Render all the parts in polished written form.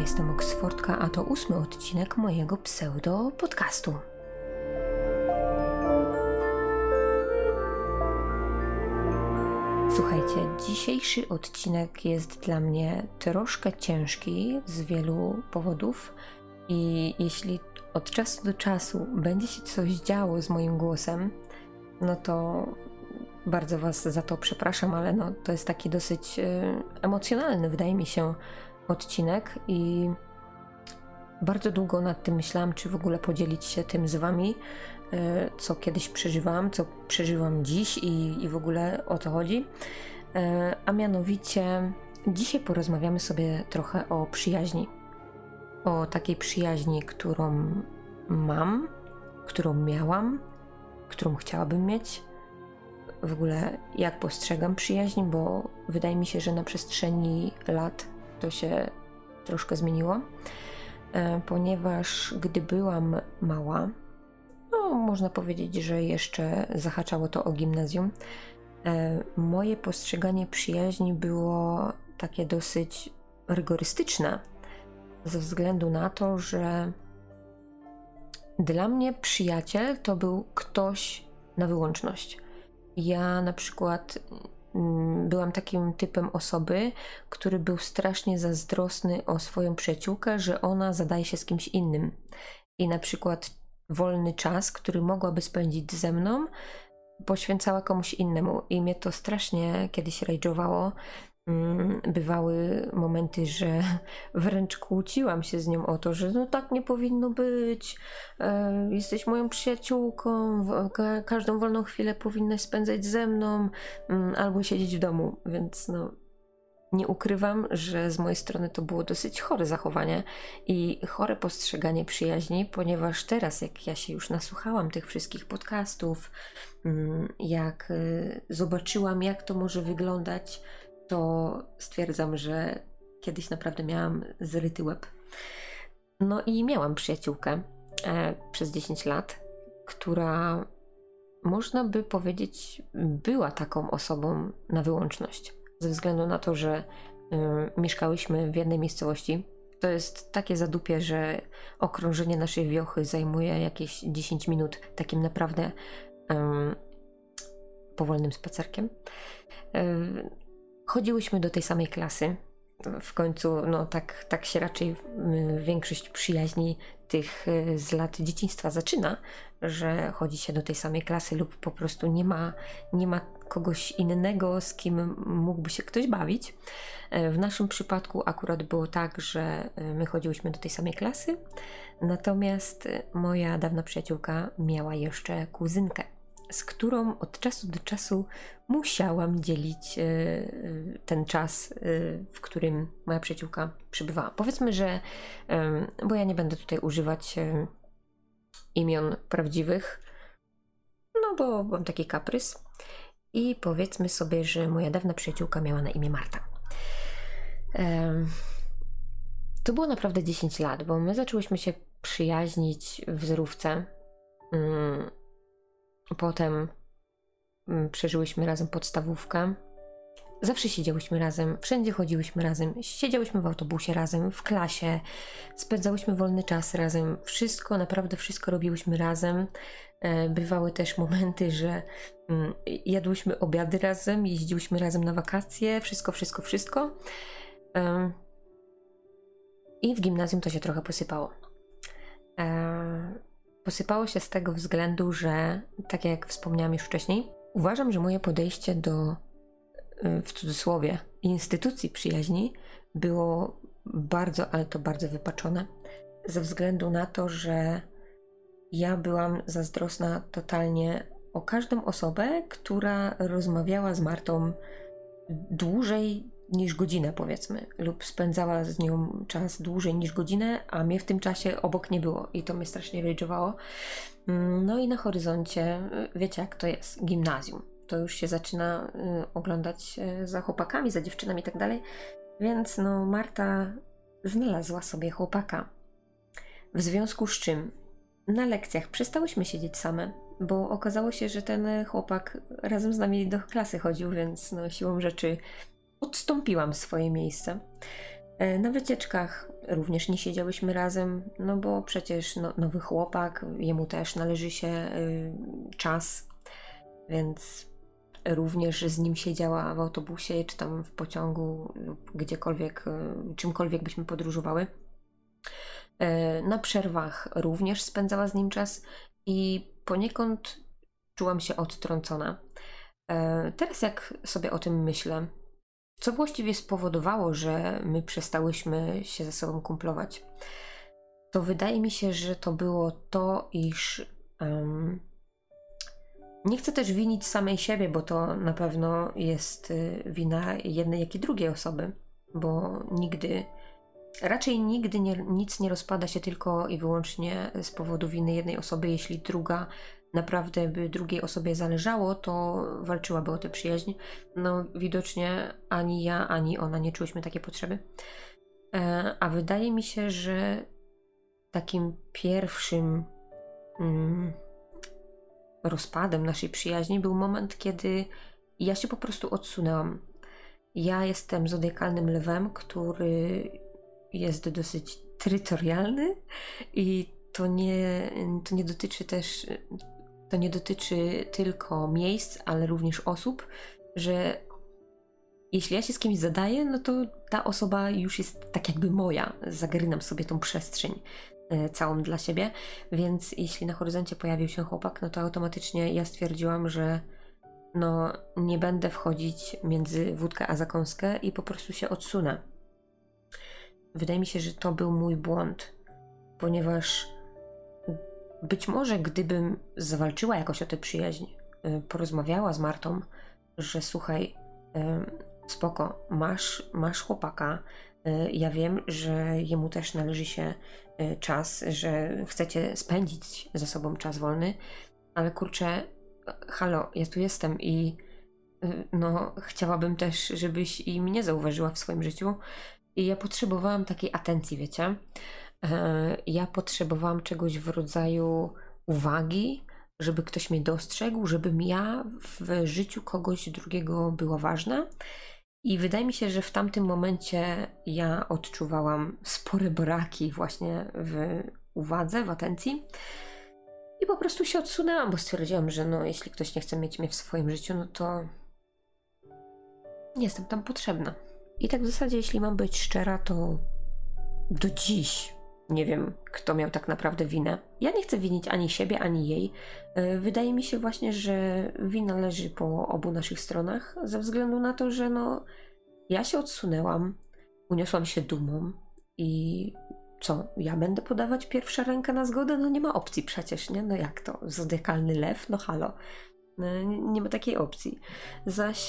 jestem Oksfordka, a to 8. odcinek mojego pseudo-podcastu. Słuchajcie, dzisiejszy odcinek jest dla mnie troszkę ciężki z wielu powodów i jeśli od czasu do czasu będzie się coś działo z moim głosem, no to bardzo Was za to przepraszam, ale no, to jest taki dosyć emocjonalny, wydaje mi się, odcinek i bardzo długo nad tym myślałam, czy w ogóle podzielić się tym z Wami, co kiedyś przeżywałam, co przeżywam dziś i w ogóle o co chodzi. A mianowicie dzisiaj porozmawiamy sobie trochę o przyjaźni. O takiej przyjaźni, którą mam, którą miałam, którą chciałabym mieć. W ogóle jak postrzegam przyjaźń, bo wydaje mi się, że na przestrzeni lat to się troszkę zmieniło, ponieważ gdy byłam mała, no można powiedzieć, że jeszcze zahaczało to o gimnazjum, moje postrzeganie przyjaźni było takie dosyć rygorystyczne, ze względu na to, że dla mnie przyjaciel to był ktoś na wyłączność. Ja na przykład byłam takim typem osoby, który był strasznie zazdrosny o swoją przyjaciółkę, że ona zadaje się z kimś innym. I na przykład wolny czas, który mogłaby spędzić ze mną, poświęcała komuś innemu. I mnie to strasznie kiedyś rage'owało. Bywały momenty, że wręcz kłóciłam się z nią o to, że no tak nie powinno być, jesteś moją przyjaciółką, każdą wolną chwilę powinnaś spędzać ze mną albo siedzieć w domu, więc no nie ukrywam, że z mojej strony to było dosyć chore zachowanie i chore postrzeganie przyjaźni, ponieważ teraz jak ja się już nasłuchałam tych wszystkich podcastów, jak zobaczyłam, jak to może wyglądać, to stwierdzam, że kiedyś naprawdę miałam zryty łeb. No i miałam przyjaciółkę przez 10 lat, która można by powiedzieć była taką osobą na wyłączność. Ze względu na to, że mieszkałyśmy w jednej miejscowości. To jest takie zadupie, że okrążenie naszej wiochy zajmuje jakieś 10 minut takim naprawdę powolnym spacerkiem. Chodziłyśmy do tej samej klasy. W końcu, no tak się raczej większość przyjaźni tych z lat dzieciństwa zaczyna, że chodzi się do tej samej klasy lub po prostu nie ma kogoś innego, z kim mógłby się ktoś bawić. W naszym przypadku akurat było tak, że my chodziłyśmy do tej samej klasy, natomiast moja dawna przyjaciółka miała jeszcze kuzynkę, z którą od czasu do czasu musiałam dzielić ten czas, w którym moja przyjaciółka przybywała. Powiedzmy, że, bo ja nie będę tutaj używać imion prawdziwych, no bo mam taki kaprys i powiedzmy sobie, że moja dawna przyjaciółka miała na imię Marta. To było naprawdę 10 lat, bo my zaczęłyśmy się przyjaźnić w zerówce. Potem przeżyłyśmy razem podstawówkę. Zawsze siedziałyśmy razem, wszędzie chodziłyśmy razem, siedziałyśmy w autobusie razem, w klasie, spędzałyśmy wolny czas razem, naprawdę wszystko robiłyśmy razem. Bywały też momenty, że jadłyśmy obiady razem, jeździłyśmy razem na wakacje, wszystko. I w gimnazjum to się trochę posypało. Posypało się z tego względu, że, tak jak wspomniałam już wcześniej, uważam, że moje podejście do, w cudzysłowie, instytucji przyjaźni było bardzo, ale to bardzo wypaczone. Ze względu na to, że ja byłam zazdrosna totalnie o każdą osobę, która rozmawiała z Martą dłużej niż godzinę, powiedzmy, lub spędzała z nią czas dłużej niż godzinę, a mnie w tym czasie obok nie było i to mnie strasznie rage'owało. No i na horyzoncie, wiecie jak to jest, gimnazjum. To już się zaczyna oglądać za chłopakami, za dziewczynami i tak dalej, więc no Marta znalazła sobie chłopaka. W związku z czym na lekcjach przestałyśmy siedzieć same, bo okazało się, że ten chłopak razem z nami do klasy chodził, więc no siłą rzeczy odstąpiłam swoje miejsce. Na wycieczkach również nie siedziałyśmy razem, no bo przecież nowy chłopak, jemu też należy się czas, więc również z nim siedziała w autobusie, czy tam w pociągu, lub gdziekolwiek, czymkolwiek byśmy podróżowały. Na przerwach również spędzała z nim czas i poniekąd czułam się odtrącona. Teraz jak sobie o tym myślę, co właściwie spowodowało, że my przestałyśmy się ze sobą kumplować, to wydaje mi się, że to było to, iż nie chcę też winić samej siebie, bo to na pewno jest wina jednej, jak i drugiej osoby, bo raczej nigdy nic nie rozpada się tylko i wyłącznie z powodu winy jednej osoby. Jeśli druga naprawdę by drugiej osobie zależało, to walczyłaby o tę przyjaźń. No widocznie ani ja, ani ona nie czułyśmy takiej potrzeby. A wydaje mi się, że takim pierwszym rozpadem naszej przyjaźni był moment, kiedy ja się po prostu odsunęłam. Ja jestem zodiakalnym lwem, który jest dosyć terytorialny i to nie dotyczy tylko miejsc, ale również osób, że jeśli ja się z kimś zadaję, no to ta osoba już jest tak jakby moja. Zagrynam sobie tą przestrzeń całą dla siebie, więc jeśli na horyzoncie pojawił się chłopak, no to automatycznie ja stwierdziłam, że no nie będę wchodzić między wódkę a zakąskę i po prostu się odsunę. Wydaje mi się, że to był mój błąd, ponieważ być może gdybym zawalczyła jakoś o tę przyjaźń, porozmawiała z Martą, że słuchaj, spoko, masz chłopaka, ja wiem, że jemu też należy się czas, że chcecie spędzić ze sobą czas wolny, ale kurczę, halo, ja tu jestem i no chciałabym też, żebyś i mnie zauważyła w swoim życiu. I ja potrzebowałam takiej atencji, wiecie? Ja potrzebowałam czegoś w rodzaju uwagi, żeby ktoś mnie dostrzegł, żebym ja w życiu kogoś drugiego była ważna. I wydaje mi się, że w tamtym momencie ja odczuwałam spore braki właśnie w uwadze, w atencji. I po prostu się odsunęłam, bo stwierdziłam, że no, jeśli ktoś nie chce mieć mnie w swoim życiu, no to nie jestem tam potrzebna. I tak w zasadzie, jeśli mam być szczera, to do dziś nie wiem, kto miał tak naprawdę winę. Ja nie chcę winić ani siebie, ani jej. Wydaje mi się właśnie, że wina leży po obu naszych stronach, ze względu na to, że no, ja się odsunęłam, uniosłam się dumą i co, ja będę podawać pierwsza rękę na zgodę? No nie ma opcji przecież, nie? No jak to? Zodiakalny lew? No halo. Nie ma takiej opcji. Zaś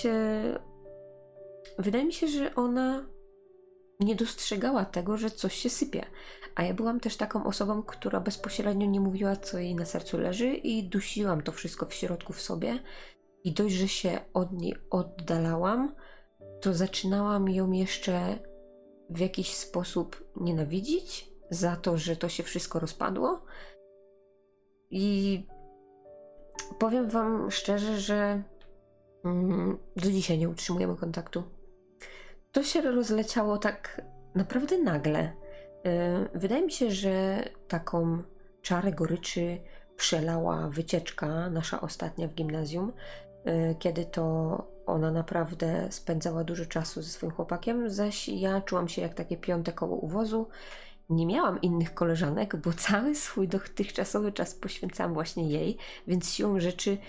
wydaje mi się, że ona nie dostrzegała tego, że coś się sypie. A ja byłam też taką osobą, która bezpośrednio nie mówiła, co jej na sercu leży i dusiłam to wszystko w środku w sobie. I dość, że się od niej oddalałam, to zaczynałam ją jeszcze w jakiś sposób nienawidzić za to, że to się wszystko rozpadło. I powiem wam szczerze, że do dzisiaj nie utrzymujemy kontaktu. To się rozleciało tak naprawdę nagle. Wydaje mi się, że taką czarę goryczy przelała wycieczka nasza ostatnia w gimnazjum, kiedy to ona naprawdę spędzała dużo czasu ze swoim chłopakiem, zaś ja czułam się jak takie piąte koło u wozu. Nie miałam innych koleżanek, bo cały swój dotychczasowy czas poświęcałam właśnie jej, więc siłą rzeczy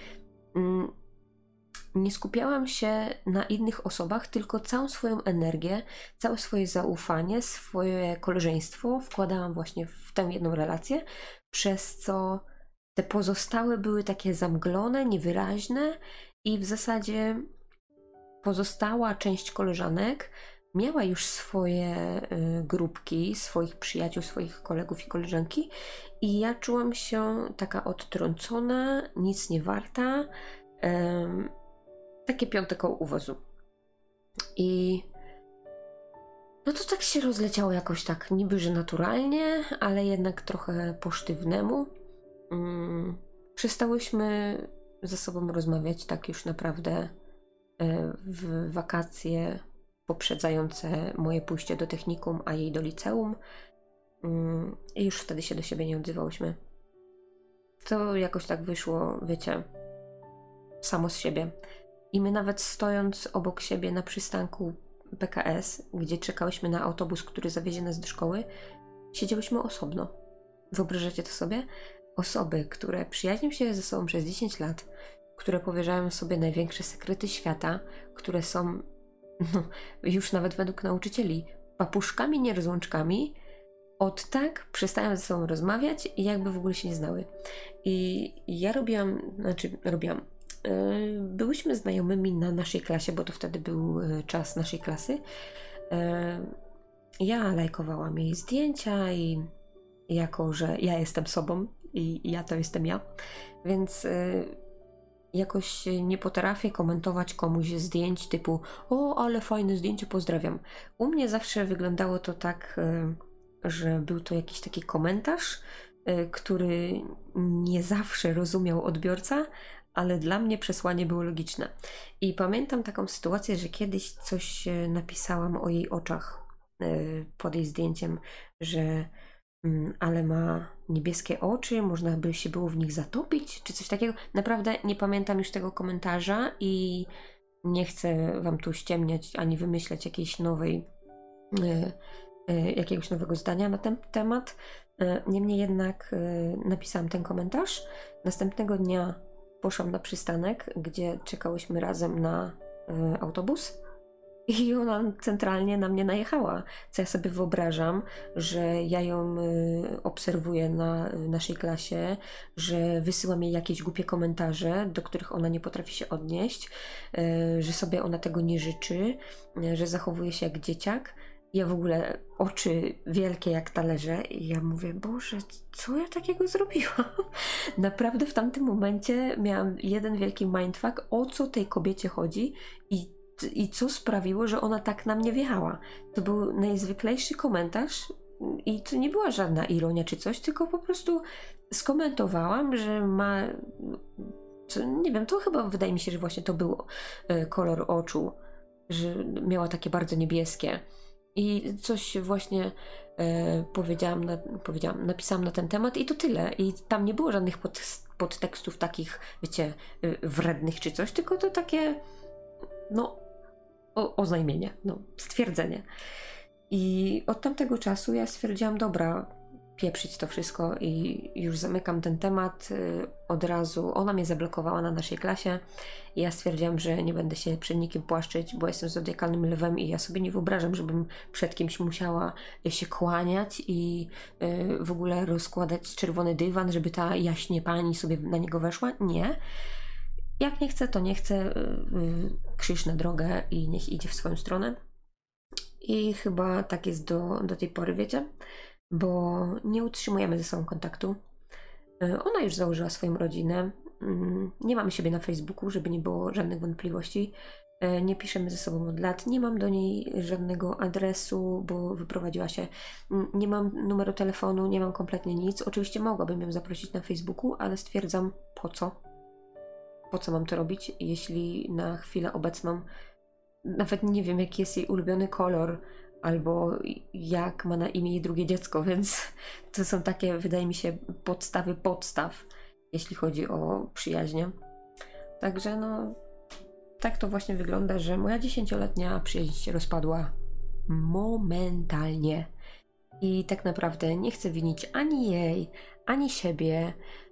nie skupiałam się na innych osobach, tylko całą swoją energię, całe swoje zaufanie, swoje koleżeństwo wkładałam właśnie w tę jedną relację, przez co te pozostałe były takie zamglone, niewyraźne i w zasadzie pozostała część koleżanek miała już swoje grupki, swoich przyjaciół, swoich kolegów i koleżanki i ja czułam się taka odtrącona, nic nie warta, takie piąte koło u wozu. I no to tak się rozleciało jakoś tak niby, że naturalnie, ale jednak trochę po sztywnemu. Przestałyśmy ze sobą rozmawiać tak już naprawdę w wakacje poprzedzające moje pójście do technikum, a jej do liceum. I już wtedy się do siebie nie odzywałyśmy. To jakoś tak wyszło, wiecie, samo z siebie. I my nawet stojąc obok siebie na przystanku PKS, gdzie czekałyśmy na autobus, który zawiezie nas do szkoły, siedziałyśmy osobno. Wyobrażacie to sobie? Osoby, które przyjaźnią się ze sobą przez 10 lat, które powierzają sobie największe sekrety świata, które są, no, już nawet według nauczycieli, papuszkami nierozłączkami, od tak przestają ze sobą rozmawiać i jakby w ogóle się nie znały. I ja robiłam. Byłyśmy znajomymi na naszej klasie, bo to wtedy był czas naszej klasy. Ja lajkowałam jej zdjęcia i jako, że ja jestem sobą i ja to jestem ja, więc jakoś nie potrafię komentować komuś zdjęć typu o, ale fajne zdjęcie, pozdrawiam. U mnie zawsze wyglądało to tak, że był to jakiś taki komentarz, który nie zawsze rozumiał odbiorca, ale dla mnie przesłanie było logiczne. I pamiętam taką sytuację, że kiedyś coś napisałam o jej oczach pod jej zdjęciem, że ale ma niebieskie oczy, można by się było w nich zatopić, czy coś takiego. Naprawdę nie pamiętam już tego komentarza i nie chcę wam tu ściemniać ani wymyślać jakiegoś nowego zdania na ten temat. Niemniej jednak napisałam ten komentarz. Następnego dnia poszłam na przystanek, gdzie czekałyśmy razem na autobus i ona centralnie na mnie najechała. Co ja sobie wyobrażam, że ja ją obserwuję na naszej klasie, że wysyłam jej jakieś głupie komentarze, do których ona nie potrafi się odnieść, że sobie ona tego nie życzy, że zachowuje się jak dzieciak. Ja w ogóle oczy wielkie jak talerze i ja mówię, Boże, co ja takiego zrobiłam? Naprawdę w tamtym momencie miałam jeden wielki mindfuck, o co tej kobiecie chodzi i co sprawiło, że ona tak na mnie wjechała. To był najzwyklejszy komentarz i to nie była żadna ironia czy coś, tylko po prostu skomentowałam, że ma, nie wiem, to chyba wydaje mi się, że właśnie to był kolor oczu, że miała takie bardzo niebieskie. I coś właśnie napisałam na ten temat i to tyle. I tam nie było żadnych podtekstów takich, wiecie, wrednych czy coś, tylko to takie, oznajmienie, stwierdzenie. I od tamtego czasu ja stwierdziłam, dobra, pieprzyć to wszystko i już zamykam ten temat od razu. Ona mnie zablokowała na naszej klasie i ja stwierdziłam, że nie będę się przed nikim płaszczyć, bo jestem zodiakalnym lwem i ja sobie nie wyobrażam, żebym przed kimś musiała się kłaniać i w ogóle rozkładać czerwony dywan, żeby ta jaśnie pani sobie na niego weszła. Nie. Jak nie chce, to nie chce. Krzyż na drogę i niech idzie w swoją stronę. I chyba tak jest do tej pory, wiecie? Bo nie utrzymujemy ze sobą kontaktu. Ona już założyła swoją rodzinę. Nie mamy siebie na Facebooku, żeby nie było żadnych wątpliwości. Nie piszemy ze sobą od lat. Nie mam do niej żadnego adresu, bo wyprowadziła się. Nie mam numeru telefonu, nie mam kompletnie nic. Oczywiście mogłabym ją zaprosić na Facebooku, ale stwierdzam, po co? Po co mam to robić, jeśli na chwilę obecną nawet nie wiem, jaki jest jej ulubiony kolor, albo jak ma na imię jej drugie dziecko, więc to są takie, wydaje mi się, podstaw, jeśli chodzi o przyjaźnie. Także tak to właśnie wygląda, że moja 10-letnia przyjaźń się rozpadła momentalnie. I tak naprawdę nie chcę winić ani jej, ani siebie.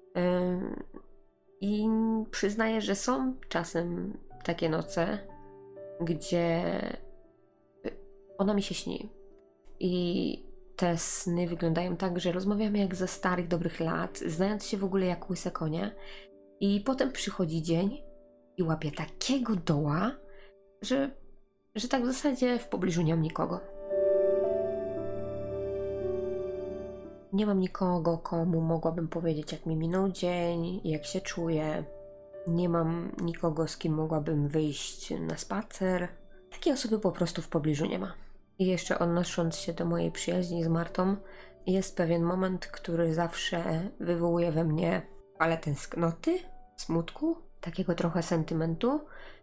I przyznaję, że są czasem takie noce, gdzie ona mi się śni. I te sny wyglądają tak, że rozmawiamy jak ze starych, dobrych lat, znając się w ogóle jak łyse konie. I potem przychodzi dzień i łapię takiego doła, że tak w zasadzie w pobliżu nie mam nikogo. Nie mam nikogo, komu mogłabym powiedzieć, jak mi minął dzień, jak się czuję. Nie mam nikogo, z kim mogłabym wyjść na spacer. Takiej osoby po prostu w pobliżu nie ma. I jeszcze odnosząc się do mojej przyjaźni z Martą, jest pewien moment, który zawsze wywołuje we mnie falę tęsknoty, smutku, takiego trochę sentymentu.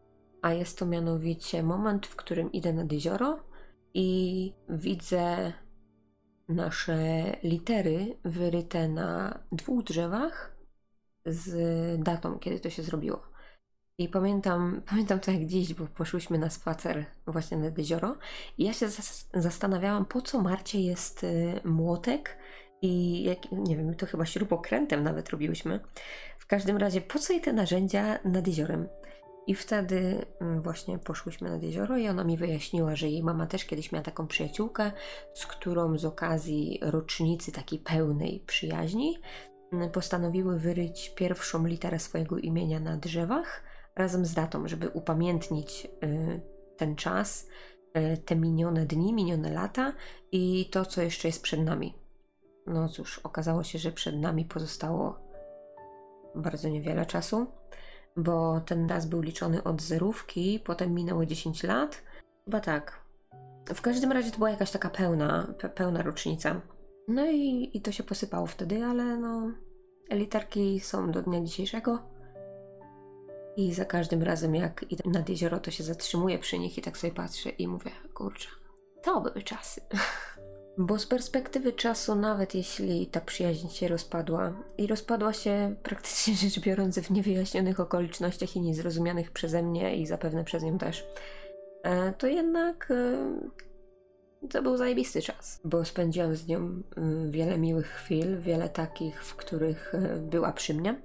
a jest to mianowicie moment, w którym idę nad jezioro i widzę nasze litery wyryte na 2 drzewach z datą, kiedy to się zrobiło. I pamiętam to jak dziś, bo poszłyśmy na spacer właśnie nad jezioro i ja się zastanawiałam, po co Marcie jest młotek i nie wiem, to chyba śrubokrętem nawet robiłyśmy. W każdym razie, po co jej te narzędzia nad jeziorem? I wtedy właśnie poszłyśmy nad jezioro i ona mi wyjaśniła, że jej mama też kiedyś miała taką przyjaciółkę, z którą z okazji rocznicy takiej pełnej przyjaźni postanowiły wyryć pierwszą literę swojego imienia na drzewach razem z datą, żeby upamiętnić ten czas, te minione dni, minione lata i to, co jeszcze jest przed nami. No cóż, okazało się, że przed nami pozostało bardzo niewiele czasu, bo ten czas był liczony od zerówki, potem minęło 10 lat. Chyba tak. W każdym razie to była jakaś taka pełna rocznica. No i to się posypało wtedy, ale no literki są do dnia dzisiejszego i za każdym razem jak idę nad jezioro, to się zatrzymuję przy nich i tak sobie patrzę i mówię, kurczę, to były czasy. Bo z perspektywy czasu, nawet jeśli ta przyjaźń się rozpadła i rozpadła się praktycznie rzecz biorąc w niewyjaśnionych okolicznościach i niezrozumianych przeze mnie i zapewne przez nią też, to jednak to był zajebisty czas, bo spędziłam z nią wiele miłych chwil, wiele takich, w których była przy mnie.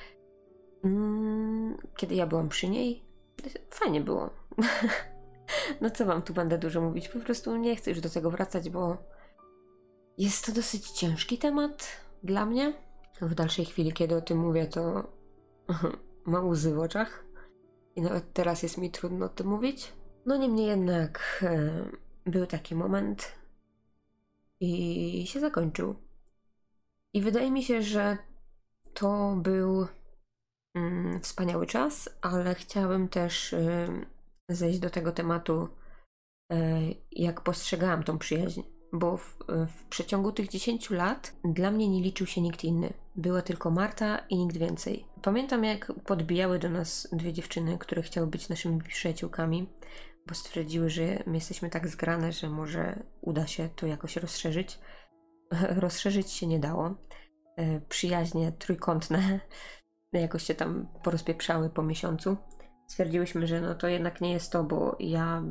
Kiedy ja byłam przy niej, fajnie było. No co wam tu będę dużo mówić, po prostu nie chcę już do tego wracać, bo jest to dosyć ciężki temat dla mnie. W dalszej chwili, kiedy o tym mówię, to mam łzy w oczach i nawet teraz jest mi trudno o tym mówić. No niemniej jednak był taki moment i się zakończył. I wydaje mi się, że to był wspaniały czas, ale chciałabym też zejść do tego tematu, jak postrzegałam tą przyjaźń, bo w przeciągu tych 10 lat dla mnie nie liczył się nikt inny. Była tylko Marta i nikt więcej. Pamiętam, jak podbijały do nas 2 dziewczyny, które chciały być naszymi przyjaciółkami, bo stwierdziły, że my jesteśmy tak zgrane, że może uda się to jakoś rozszerzyć. Rozszerzyć się nie dało. Przyjaźnie trójkątne jakoś się tam porozpieprzały po miesiącu. Stwierdziłyśmy, że no to jednak nie jest to, bo ja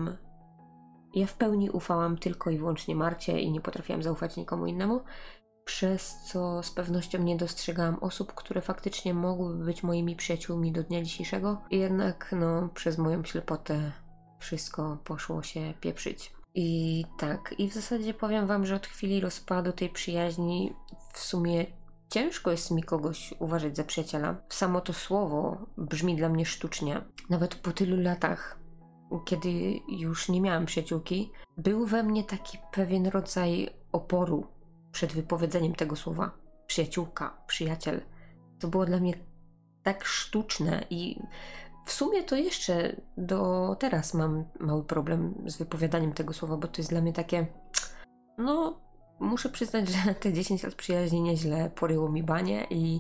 w pełni ufałam tylko i wyłącznie Marcie i nie potrafiłam zaufać nikomu innemu, przez co z pewnością nie dostrzegałam osób, które faktycznie mogłyby być moimi przyjaciółmi do dnia dzisiejszego. I jednak no przez moją ślepotę wszystko poszło się pieprzyć. I tak, i w zasadzie powiem wam, że od chwili rozpadu tej przyjaźni w sumie ciężko jest mi kogoś uważać za przyjaciela. Samo to słowo brzmi dla mnie sztucznie. Nawet po tylu latach, kiedy już nie miałam przyjaciółki, był we mnie taki pewien rodzaj oporu przed wypowiedzeniem tego słowa. Przyjaciółka, przyjaciel. To było dla mnie tak sztuczne i w sumie to jeszcze do teraz mam mały problem z wypowiadaniem tego słowa, bo to jest dla mnie takie, no muszę przyznać, że te 10 lat przyjaźni nieźle poryło mi banie i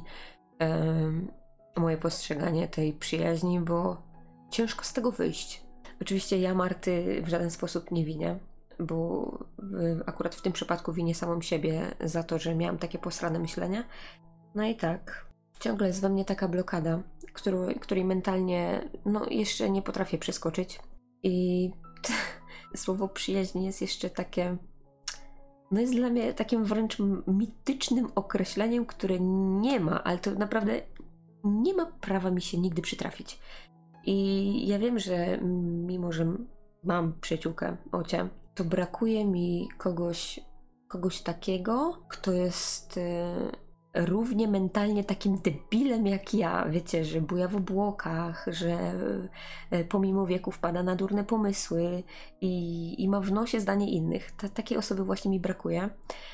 moje postrzeganie tej przyjaźni, bo ciężko z tego wyjść. Oczywiście ja Marty w żaden sposób nie winię, bo akurat w tym przypadku winię samą siebie za to, że miałam takie posrane myślenie. No i tak, ciągle jest we mnie taka blokada, której mentalnie no jeszcze nie potrafię przeskoczyć. I słowo przyjaźń jest jeszcze takie, no jest dla mnie takim wręcz mitycznym określeniem, które nie ma, ale to naprawdę nie ma prawa mi się nigdy przytrafić. I ja wiem, że mimo, że mam przyjaciółkę, Ocię, to brakuje mi kogoś takiego, kto jest równie mentalnie takim debilem jak ja. Wiecie, że buja w obłokach, że pomimo wieku wpada na durne pomysły i ma w nosie zdanie innych. Takiej osoby właśnie mi brakuje.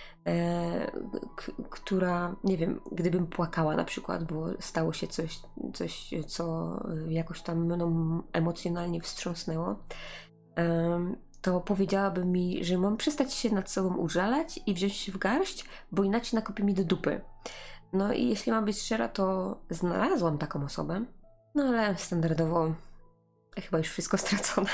Która, nie wiem, gdybym płakała na przykład, bo stało się coś, co jakoś tam mną emocjonalnie wstrząsnęło, to powiedziałaby mi, że mam przestać się nad sobą użalać i wziąć się w garść, bo inaczej nakopie mi do dupy. No i jeśli mam być szczera, to znalazłam taką osobę, no ale standardowo chyba już wszystko stracone.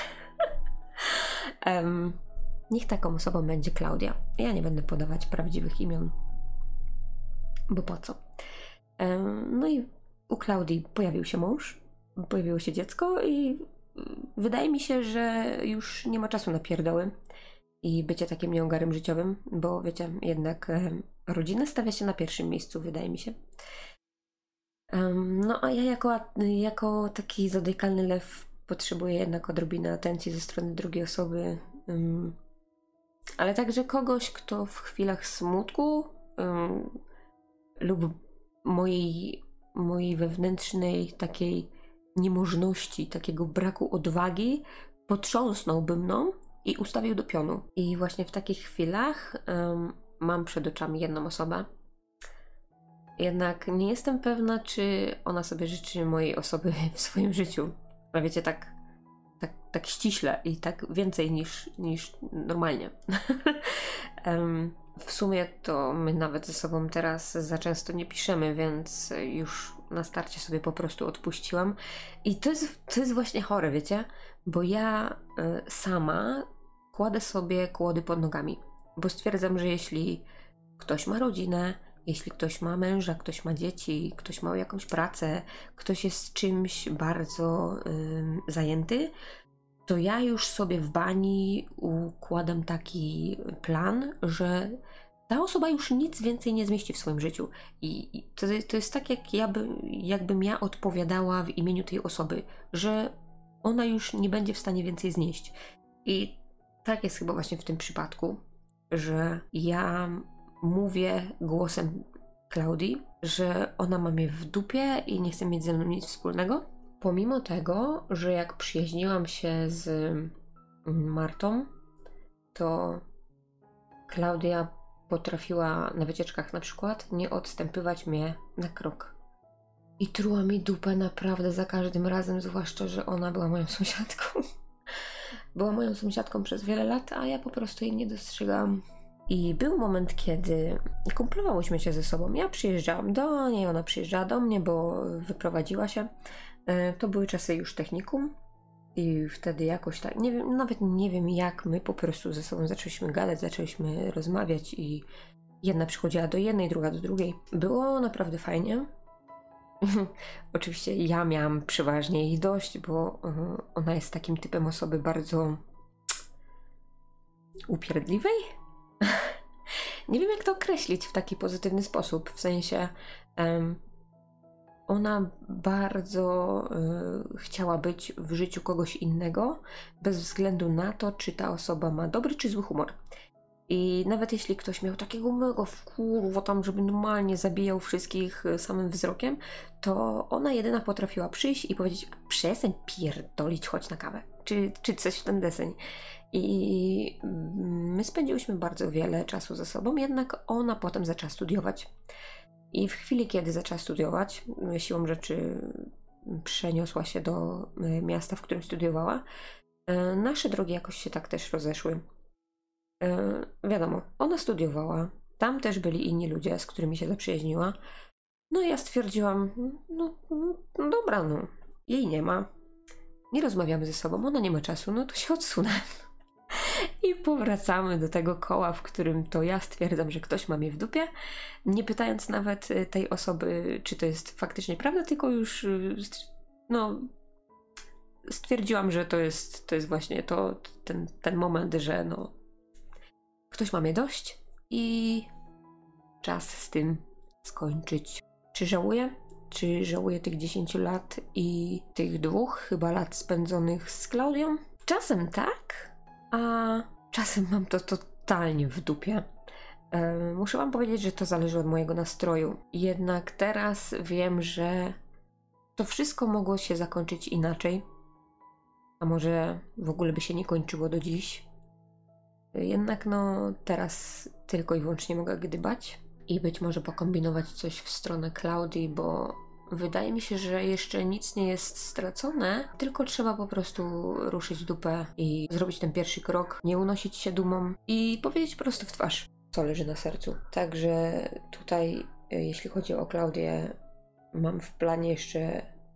Niech taką osobą będzie Klaudia. Ja nie będę podawać prawdziwych imion, bo po co? No i u Klaudii pojawił się mąż, pojawiło się dziecko i wydaje mi się, że już nie ma czasu na pierdoły i bycie takim nieogarem życiowym, bo wiecie, jednak rodzinę stawia się na pierwszym miejscu, wydaje mi się. No a ja jako taki zodykalny lew potrzebuję jednak odrobiny atencji ze strony drugiej osoby, ale także kogoś, kto w chwilach smutku lub mojej wewnętrznej takiej niemożności, takiego braku odwagi potrząsnąłby mną i ustawił do pionu. I właśnie w takich chwilach mam przed oczami jedną osobę. Jednak nie jestem pewna, czy ona sobie życzy mojej osoby w swoim życiu. A wiecie, tak ściśle i tak więcej niż normalnie. W sumie to my nawet ze sobą teraz za często nie piszemy, więc już na starcie sobie po prostu odpuściłam. I to jest właśnie chore, wiecie? Bo ja sama kładę sobie kłody pod nogami. Bo stwierdzam, że jeśli ktoś ma rodzinę, jeśli ktoś ma męża, ktoś ma dzieci, ktoś ma jakąś pracę, ktoś jest czymś bardzo zajęty, to ja już sobie w bani układam taki plan, że ta osoba już nic więcej nie zmieści w swoim życiu. I to jest tak, jakbym ja odpowiadała w imieniu tej osoby, że ona już nie będzie w stanie więcej znieść. I tak jest chyba właśnie w tym przypadku, że ja mówię głosem Klaudii, że ona ma mnie w dupie i nie chce mieć ze mną nic wspólnego. Pomimo tego, że jak przyjaźniłam się z Martą, to Klaudia potrafiła na wycieczkach na przykład nie odstępywać mnie na krok. I truła mi dupę naprawdę za każdym razem, zwłaszcza, że ona była moją sąsiadką. Była moją sąsiadką przez wiele lat, a ja po prostu jej nie dostrzegałam. I był moment, kiedy kumplowałyśmy się ze sobą. Ja przyjeżdżałam do niej, ona przyjeżdżała do mnie, bo wyprowadziła się. To były czasy już technikum i wtedy jakoś tak, nie wiem, nawet nie wiem jak my po prostu ze sobą zaczęliśmy gadać, zaczęliśmy rozmawiać i jedna przychodziła do jednej, druga do drugiej. Było naprawdę fajnie. Oczywiście ja miałam przeważnie jej dość, bo ona jest takim typem osoby bardzo upierdliwej. Nie wiem jak to określić w taki pozytywny sposób, w sensie ona bardzo chciała być w życiu kogoś innego, bez względu na to, czy ta osoba ma dobry czy zły humor. I nawet jeśli ktoś miał takiego mega wkurwa tam, żeby normalnie zabijał wszystkich samym wzrokiem, to ona jedyna potrafiła przyjść i powiedzieć: przestań pierdolić, chodź na kawę. Czy coś w ten deseń. I my spędziłyśmy bardzo wiele czasu ze sobą, jednak ona potem zaczęła studiować. I w chwili, kiedy zaczęła studiować, siłą rzeczy przeniosła się do miasta, w którym studiowała, nasze drogi jakoś się tak też rozeszły. Wiadomo, ona studiowała, tam też byli inni ludzie, z którymi się zaprzyjaźniła. No i ja stwierdziłam, no dobra, no, jej nie ma. Nie rozmawiamy ze sobą, ona nie ma czasu, no to się odsunę. I powracamy do tego koła, w którym to ja stwierdzam, że ktoś ma mnie w dupie, nie pytając nawet tej osoby, czy to jest faktycznie prawda, tylko już stwierdziłam, że to jest właśnie ten moment, że no ktoś ma mnie dość i czas z tym skończyć. Czy żałuję? Czy żałuję tych 10 lat i tych 2 chyba lat spędzonych z Klaudią? Czasem tak, a czasem mam to totalnie w dupie. Muszę wam powiedzieć, że to zależy od mojego nastroju. Jednak teraz wiem, że to wszystko mogło się zakończyć inaczej. A może w ogóle by się nie kończyło do dziś. Jednak no teraz tylko i wyłącznie mogę gdybać i być może pokombinować coś w stronę Klaudii, bo wydaje mi się, że jeszcze nic nie jest stracone, tylko trzeba po prostu ruszyć dupę i zrobić ten pierwszy krok, nie unosić się dumą i powiedzieć prosto w twarz, co leży na sercu. Także tutaj, jeśli chodzi o Klaudię, mam w planie jeszcze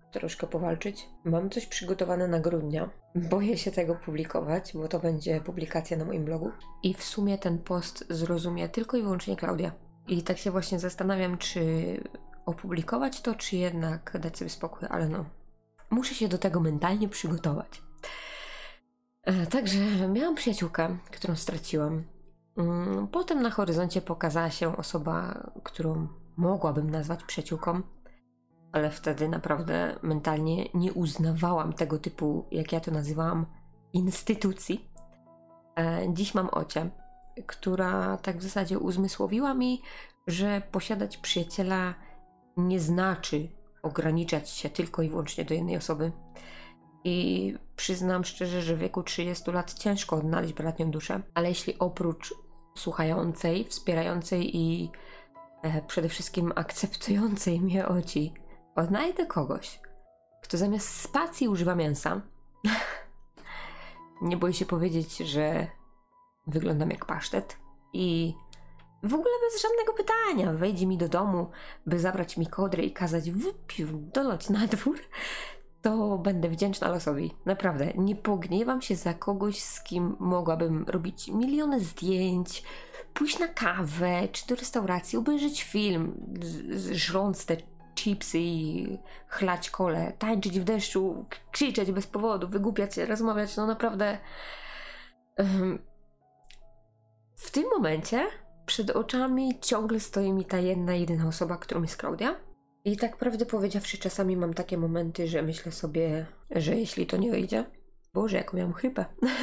troszkę powalczyć. Mam coś przygotowane na grudnia. Boję się tego publikować, bo to będzie publikacja na moim blogu. I w sumie ten post zrozumie tylko i wyłącznie Klaudia. I tak się właśnie zastanawiam, czy opublikować to, czy jednak dać sobie spokój, ale no, muszę się do tego mentalnie przygotować. Także miałam przyjaciółkę, którą straciłam. Potem na horyzoncie pokazała się osoba, którą mogłabym nazwać przyjaciółką, ale wtedy naprawdę mentalnie nie uznawałam tego typu, jak ja to nazywałam, instytucji. Dziś mam Ocię, która tak w zasadzie uzmysłowiła mi, że posiadać przyjaciela nie znaczy ograniczać się tylko i wyłącznie do jednej osoby. I przyznam szczerze, że w wieku 30 lat ciężko odnaleźć bratnią duszę, ale jeśli oprócz słuchającej, wspierającej i przede wszystkim akceptującej mnie Oci odnajdę kogoś, kto zamiast spacji używa mięsa, nie boję się powiedzieć, że wyglądam jak pasztet i w ogóle bez żadnego pytania wejdzie mi do domu, by zabrać mi kodrę i kazać wypierdolać na dwór, to będę wdzięczna losowi. Naprawdę, nie pogniewam się za kogoś, z kim mogłabym robić miliony zdjęć, pójść na kawę, czy do restauracji, obejrzeć film, żrąc te chipsy i chlać kole, tańczyć w deszczu, krzyczeć bez powodu, wygłupiać się, rozmawiać, no naprawdę. W tym momencie przed oczami ciągle stoi mi ta jedyna osoba, którą jest Klaudia. I tak prawdę powiedziawszy, czasami mam takie momenty, że myślę sobie, że jeśli to nie wyjdzie, Boże, jaką miałam chybę,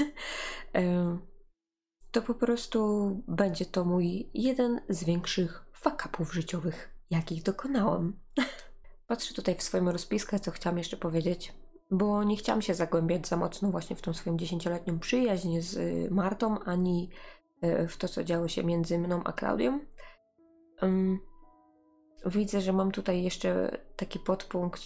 to po prostu będzie to mój jeden z większych fuck-upów życiowych, jakich dokonałam. Patrzę tutaj w swoją rozpiskę, co chciałam jeszcze powiedzieć, bo nie chciałam się zagłębiać za mocno właśnie w tą swoją 10-letnią przyjaźń z Martą, ani w to, co działo się między mną a Klaudią. Widzę, że mam tutaj jeszcze taki podpunkt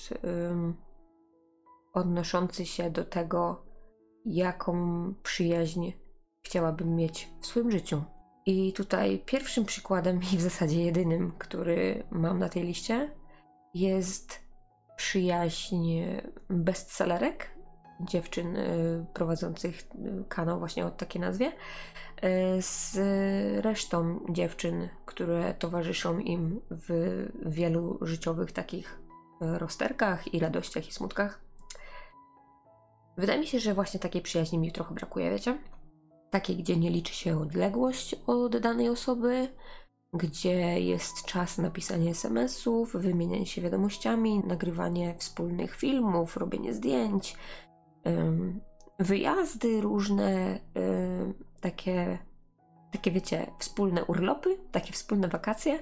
odnoszący się do tego, jaką przyjaźń chciałabym mieć w swoim życiu. I tutaj pierwszym przykładem i w zasadzie jedynym, który mam na tej liście, jest przyjaźń bestsellerek, dziewczyn prowadzących kanał właśnie o takiej nazwie, z resztą dziewczyn, które towarzyszą im w wielu życiowych takich rozterkach i radościach i smutkach. Wydaje mi się, że właśnie takiej przyjaźni mi trochę brakuje, wiecie? Takiej, gdzie nie liczy się odległość od danej osoby, gdzie jest czas na pisanie SMS-ów, wymienianie się wiadomościami, nagrywanie wspólnych filmów, robienie zdjęć, wyjazdy różne, takie wiecie, wspólne urlopy, takie wspólne wakacje.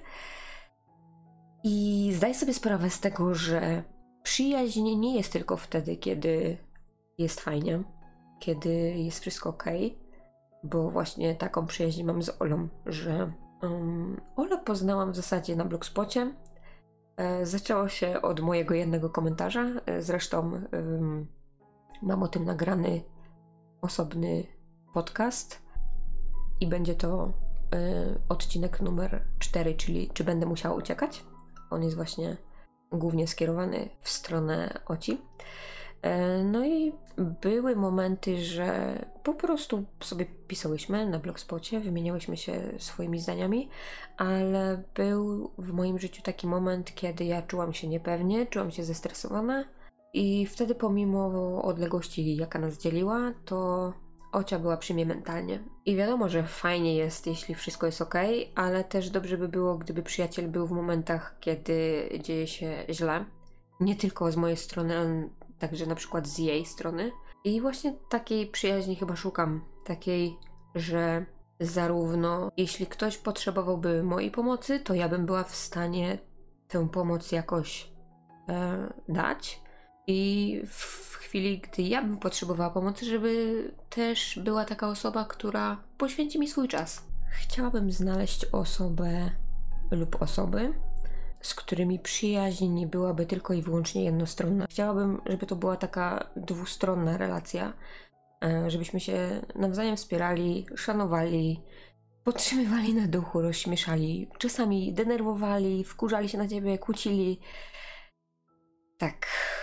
I zdaj sobie sprawę z tego, że przyjaźń nie jest tylko wtedy, kiedy jest fajnie, kiedy jest wszystko okej, bo właśnie taką przyjaźń mam z Olą, że Olę poznałam w zasadzie na Blogspocie. Zaczęło się od mojego jednego komentarza, zresztą mam o tym nagrany osobny podcast i będzie to odcinek numer 4, czyli Czy będę musiała uciekać? On jest właśnie głównie skierowany w stronę Oci. No i były momenty, że po prostu sobie pisałyśmy na Blogspocie, wymieniałyśmy się swoimi zdaniami, ale był w moim życiu taki moment, kiedy ja czułam się niepewnie, czułam się zestresowana i wtedy pomimo odległości, jaka nas dzieliła, to Ocia była przy mnie mentalnie. I wiadomo, że fajnie jest, jeśli wszystko jest okej, ale też dobrze by było, gdyby przyjaciel był w momentach, kiedy dzieje się źle. Nie tylko z mojej strony, ale także na przykład z jej strony. I właśnie takiej przyjaźni chyba szukam. Takiej, że zarówno jeśli ktoś potrzebowałby mojej pomocy, to ja bym była w stanie tę pomoc jakoś dać. I w chwili, gdy ja bym potrzebowała pomocy, żeby też była taka osoba, która poświęci mi swój czas. Chciałabym znaleźć osobę lub osoby, z którymi przyjaźń nie byłaby tylko i wyłącznie jednostronna. Chciałabym, żeby to była taka dwustronna relacja, żebyśmy się nawzajem wspierali, szanowali, podtrzymywali na duchu, rozśmieszali, czasami denerwowali, wkurzali się na ciebie, kłócili. Tak,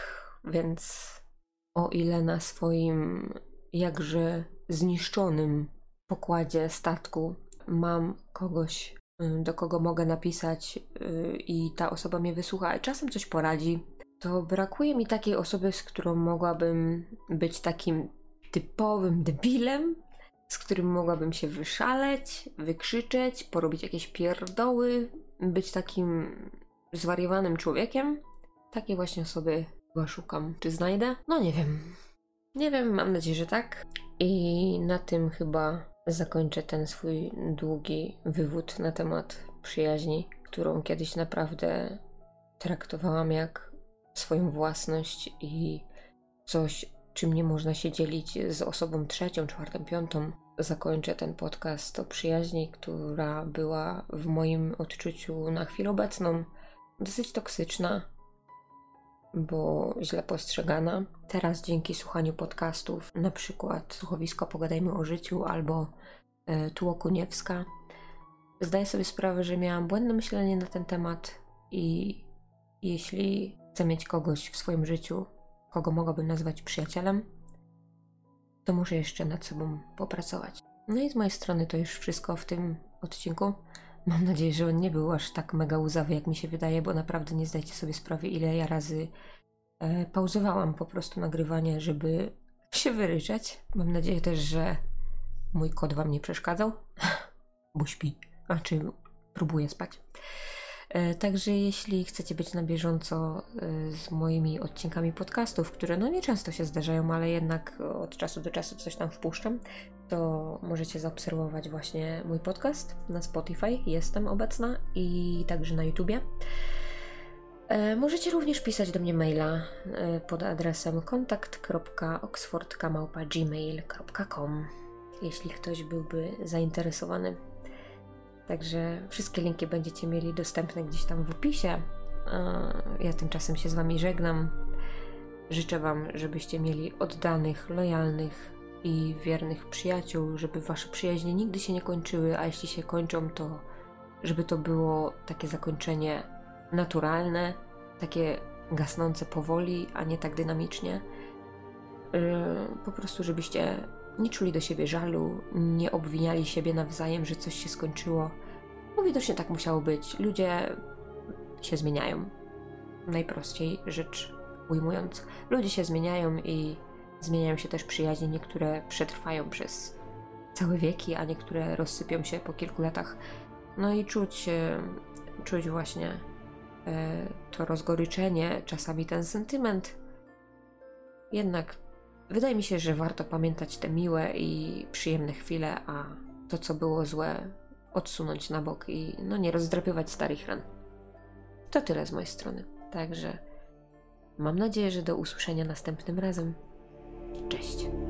więc o ile na swoim jakże zniszczonym pokładzie statku mam kogoś, do kogo mogę napisać i ta osoba mnie wysłucha i czasem coś poradzi, to brakuje mi takiej osoby, z którą mogłabym być takim typowym debilem, z którym mogłabym się wyszaleć, wykrzyczeć, porobić jakieś pierdoły, być takim zwariowanym człowiekiem. Takiej właśnie osoby chyba szukam. Czy znajdę? No nie wiem. Nie wiem, mam nadzieję, że tak. I na tym chyba zakończę ten swój długi wywód na temat przyjaźni, którą kiedyś naprawdę traktowałam jak swoją własność i coś, czym nie można się dzielić z osobą trzecią, czwartą, piątą. Zakończę ten podcast o przyjaźni, która była w moim odczuciu na chwilę obecną dosyć toksyczna, bo źle postrzegana. Teraz dzięki słuchaniu podcastów, na przykład słuchowisko Pogadajmy o życiu albo Tuło Kuniewska, zdaję sobie sprawę, że miałam błędne myślenie na ten temat i jeśli chcę mieć kogoś w swoim życiu, kogo mogłabym nazwać przyjacielem, to muszę jeszcze nad sobą popracować. No i z mojej strony to już wszystko w tym odcinku. Mam nadzieję, że on nie był aż tak mega łzawy, jak mi się wydaje, bo naprawdę nie zdajecie sobie sprawy, ile ja razy pauzowałam po prostu nagrywanie, żeby się wyryczeć. Mam nadzieję też, że mój kot wam nie przeszkadzał, bo śpi, czy próbuje spać. Także jeśli chcecie być na bieżąco z moimi odcinkami podcastów, które no nieczęsto się zdarzają, ale jednak od czasu do czasu coś tam wpuszczam, to możecie zaobserwować właśnie mój podcast na Spotify, jestem obecna, i także na YouTubie. Możecie również pisać do mnie maila pod adresem kontakt.oxfordka@gmail.com, jeśli ktoś byłby zainteresowany. Także wszystkie linki będziecie mieli dostępne gdzieś tam w opisie. Ja tymczasem się z wami żegnam. Życzę wam, żebyście mieli oddanych, lojalnych i wiernych przyjaciół, żeby wasze przyjaźnie nigdy się nie kończyły, a jeśli się kończą, to żeby to było takie zakończenie naturalne, takie gasnące powoli, a nie tak dynamicznie. Po prostu żebyście nie czuli do siebie żalu, nie obwiniali siebie nawzajem, że coś się skończyło. Bo widocznie tak musiało być. Ludzie się zmieniają. Najprościej rzecz ujmując. Ludzie się zmieniają i zmieniają się też przyjaźnie. Niektóre przetrwają przez całe wieki, a niektóre rozsypią się po kilku latach. No i czuć właśnie to rozgoryczenie, czasami ten sentyment. Jednak wydaje mi się, że warto pamiętać te miłe i przyjemne chwile, a to, co było złe, odsunąć na bok i nie rozdrapywać starych ran. To tyle z mojej strony. Także mam nadzieję, że do usłyszenia następnym razem. Cześć!